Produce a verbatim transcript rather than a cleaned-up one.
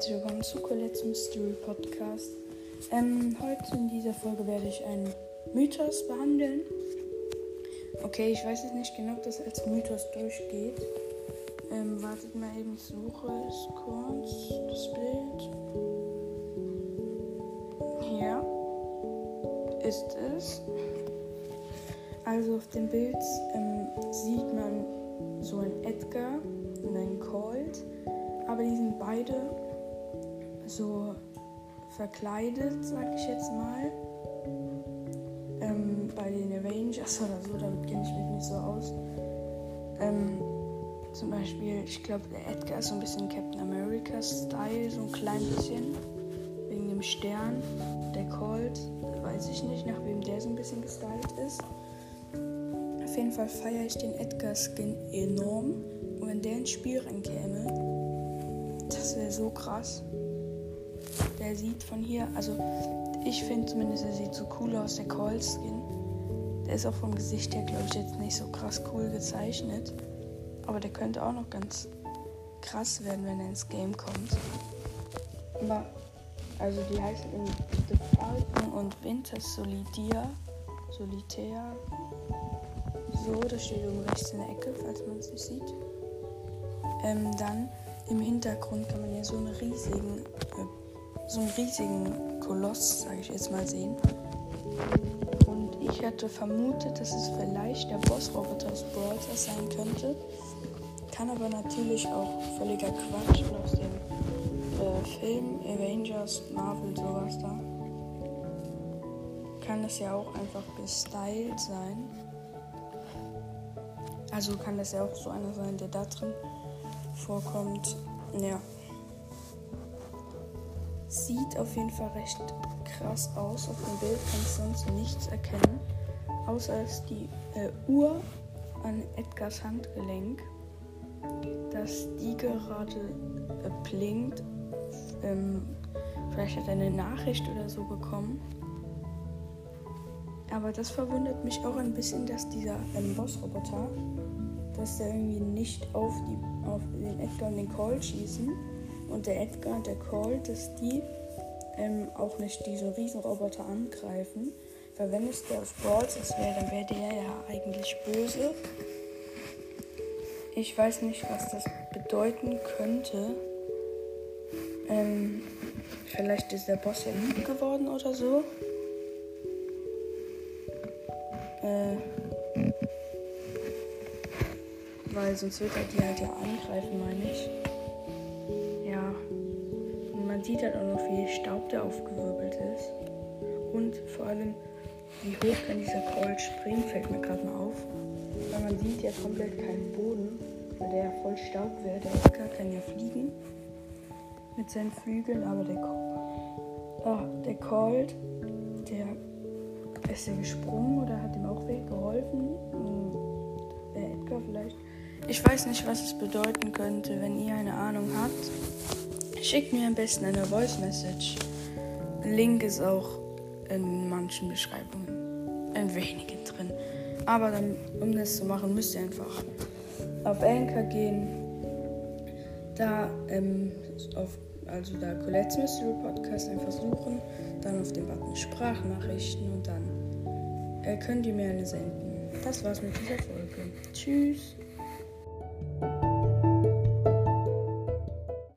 herzlich willkommen zu Colette's Mystery Podcast. Ähm, heute in dieser Folge werde ich einen Mythos behandeln. Okay, ich weiß jetzt nicht genau, ob das als Mythos durchgeht. Ähm, wartet mal eben, Suche ist kurz, das Bild. Hier ist es. Also auf dem Bild ähm, sieht man so einen Edgar und einen Colt, aber die sind beide so verkleidet, sag ich jetzt mal, ähm, bei den Avengers oder so, damit kenne ich mich nicht so aus. Ähm, zum Beispiel, ich glaube, der Edgar ist so ein bisschen Captain America-Style, so ein klein bisschen, wegen dem Stern. Der Colt, weiß ich nicht, nach wem der so ein bisschen gestylt ist. Auf jeden Fall feiere ich den Edgar-Skin enorm. Und wenn der ins Spiel reinkäme, das wäre so krass. Der sieht von hier, also ich finde zumindest, er sieht so cool aus, der Colt-Skin. Der ist auch vom Gesicht her, glaube ich, jetzt nicht so krass cool gezeichnet. Aber der könnte auch noch ganz krass werden, wenn er ins Game kommt. Aber, also die heißen in The Falcon und Winter Solitaire. Solitaire. So, das steht oben rechts in der Ecke, falls man es nicht sieht. Ähm, dann im Hintergrund kann man ja so einen riesigen, äh, so einen riesigen Koloss, sage ich jetzt mal, sehen. Und ich hatte vermutet, dass es vielleicht der Bossroboter aus Brawl Stars sein könnte. Kann aber natürlich auch völliger Quatsch und aus dem äh, Film Avengers, Marvel, sowas da. Kann das ja auch einfach gestylt sein. Also kann das ja auch so einer sein, der da drin vorkommt. Ja. Sieht auf jeden Fall recht krass aus. Auf dem Bild kann ich sonst nichts erkennen. Außer dass die äh, Uhr an Edgars Handgelenk, dass die gerade äh, blinkt. Ähm, vielleicht hat er eine Nachricht oder so bekommen. Aber das verwundert mich auch ein bisschen, dass dieser ähm, Bossroboter, dass der irgendwie nicht auf, die, auf den Edgar und den Colt schießen. Und der Edgar und der Colt, dass die ähm, auch nicht diese Riesenroboter angreifen. Weil wenn es der aus Brawl Stars wäre, dann wäre der ja eigentlich böse. Ich weiß nicht, was das bedeuten könnte. Ähm, vielleicht ist der Boss ja lieb geworden oder so. Äh, weil sonst wird er die halt ja angreifen, meine ich. Ja. Und man sieht halt auch noch, wie Staub der aufgewirbelt ist. Und vor allem, wie hoch kann dieser Colt springen, fällt mir gerade mal auf. Weil man sieht ja komplett keinen Boden, weil der ja voll Staub wäre. Der Edgar kann ja fliegen mit seinen Flügeln, aber der, oh, der Colt, der ist er gesprungen oder hat ihm auch weggeholfen? Hm, der Edgar vielleicht. Ich weiß nicht, was es bedeuten könnte. Wenn ihr eine Ahnung habt, schickt mir am besten eine Voice Message. Link ist auch in manchen Beschreibungen, in wenigen drin. Aber dann, um das zu machen, müsst ihr einfach auf Anchor gehen. Da, ähm, auf, also da Colette's Mystery Podcast einfach suchen. Dann auf den Button Sprachnachrichten und dann äh, könnt ihr mir eine senden. Das war's mit dieser Folge. Tschüss.